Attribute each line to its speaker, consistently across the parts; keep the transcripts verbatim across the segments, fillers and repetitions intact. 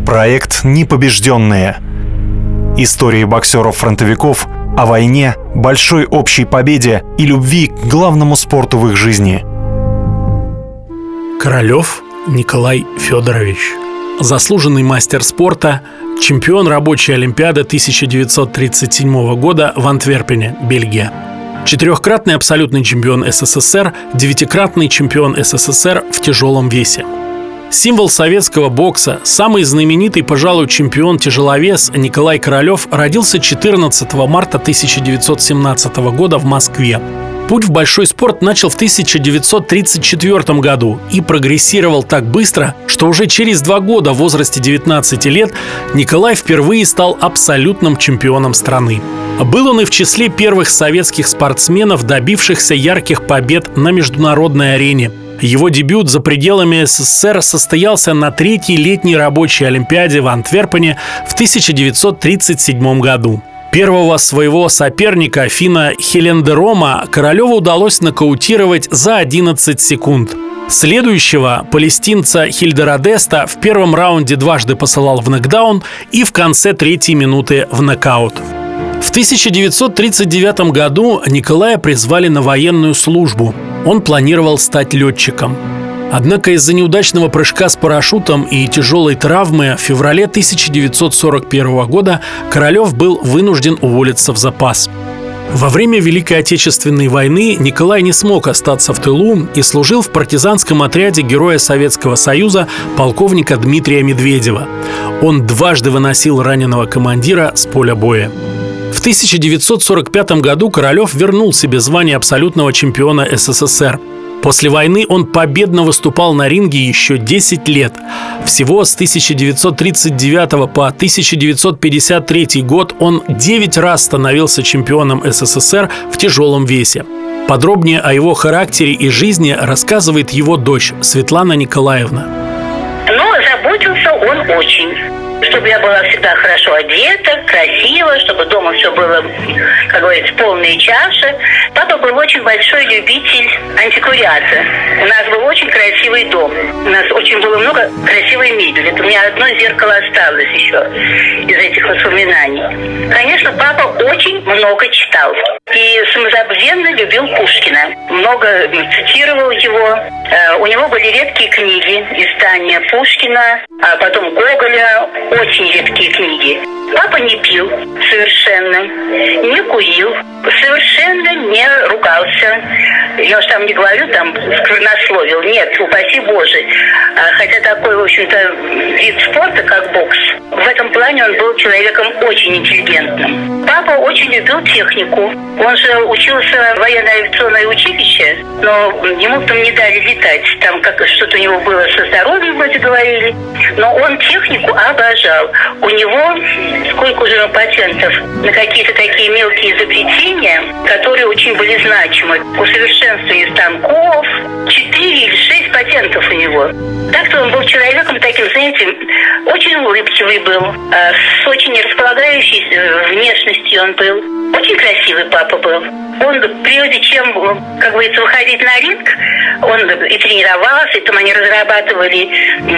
Speaker 1: Проект «Непобежденные». Истории боксеров-фронтовиков о войне, большой общей победе и любви к главному спорту в их жизни.
Speaker 2: Королев Николай Федорович. Заслуженный мастер спорта, чемпион рабочей олимпиады тысяча девятьсот тридцать седьмого года в Антверпене, Бельгия. Четырехкратный абсолютный чемпион СССР, девятикратный чемпион СССР в тяжелом весе. Символ советского бокса, самый знаменитый, пожалуй, чемпион-тяжеловес Николай Королев родился четырнадцатого марта тысяча девятьсот семнадцатого года в Москве. Путь в большой спорт начал в тысяча девятьсот тридцать четвёртом году и прогрессировал так быстро, что уже через два года в возрасте девятнадцати лет Николай впервые стал абсолютным чемпионом страны. Был он и в числе первых советских спортсменов, добившихся ярких побед на международной арене. Его дебют за пределами СССР состоялся на третьей летней рабочей олимпиаде в Антверпене в тысяча девятьсот тридцать седьмом году. Первого своего соперника, финна Хелендерома, Королеву удалось нокаутировать за одиннадцать секунд. Следующего, палестинца Хильдера Деста, в первом раунде дважды посылал в нокдаун и в конце третьей минуты в нокаут. В тысяча девятьсот тридцать девятом году Николая призвали на военную службу. Он планировал стать летчиком. Однако из-за неудачного прыжка с парашютом и тяжелой травмы в феврале тысяча девятьсот сорок первого года Королев был вынужден уволиться в запас. Во время Великой Отечественной войны Николай не смог остаться в тылу и служил в партизанском отряде Героя Советского Союза полковника Дмитрия Медведева. Он дважды выносил раненого командира с поля боя. В тысяча девятьсот сорок пятом году Королев вернул себе звание абсолютного чемпиона СССР. После войны он победно выступал на ринге еще десять лет. Всего с тысяча девятьсот тридцать девятого по тысяча девятьсот пятьдесят третий год он девять раз становился чемпионом СССР в тяжелом весе. Подробнее о его характере и жизни рассказывает его дочь Светлана Николаевна.
Speaker 3: Но заботился он очень. Чтобы я была всегда хорошо одета, красиво, чтобы дома все было, как говорится, полные чаши. Папа был очень большой любитель антиквариата. У нас был очень красивый дом. У нас очень было много красивой мебели. Это у меня одно зеркало осталось еще из этих воспоминаний. Конечно, папа очень много читал. И самозабвенно любил Пушкина. Много цитировал его. У него были редкие книги, издания Пушкина, а потом Гоголя. Очень редкие книги. Папа не пил совершенно, не курил, совершенно не ругался. Я уж там не говорю, там сквернословил. Нет, упаси Боже. Хотя такой, в общем-то, вид спорта, как бокс, в этом плане он был человеком очень интеллигентным. Папа очень любил технику. Он же учился в военно-авиационное училище, но ему там не дали летать. Там как что-то у него было со здоровьем, вроде говорили. Но он технику обожал. У него сколько уже патентов на какие-то такие мелкие изобретения, которые очень были значимы. Усовершенствование станков, четыре или шесть патентов у него. Так-то он был человеком таким, знаете, очень улыбчивый был, с очень располагающей внешностью он был. Очень красивый папа был. Он, прежде чем, как говорится, выходить на ринг, он и тренировался, и там они разрабатывали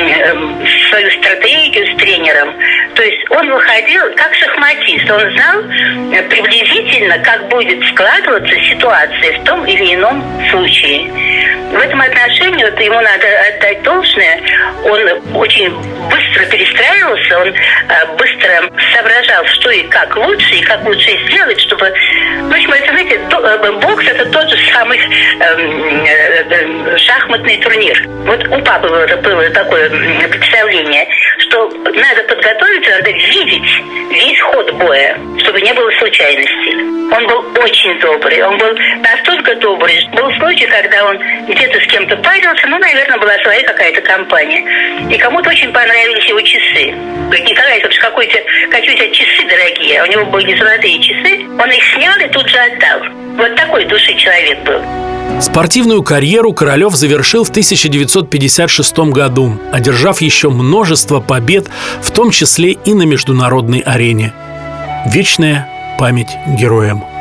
Speaker 3: свою стратегию с тренером. То есть он выходил как шахматист. Он знал приблизительно, как будет складываться ситуация в том или ином случае. В этом отношении вот, ему надо отдать должное. Он очень быстро перестраивался, он быстро соображал, что и как лучше, и как лучше сделать, чтобы... В общем, это, знаете, бокс – это тот же самый э, шахматный турнир. Вот у папы было, было такое представление, что надо подготовиться, надо видеть весь ход боя, чтобы не было случайностей. Он был очень добрый, он был настолько добрый. Был случай, когда он где-то с кем-то парился, ну, наверное, была своя какая-то компания. И кому-то очень понравились его часы. Говорит, Николай, это же какой-то, какие у тебя часы дорогие. А у него были золотые часы. Он их снял и тут же отдал. Вот такой души человек был.
Speaker 2: Спортивную карьеру Королев завершил в тысяча девятьсот пятьдесят шестом году, одержав еще множество побед, в том числе и на международной арене. Вечная память героям.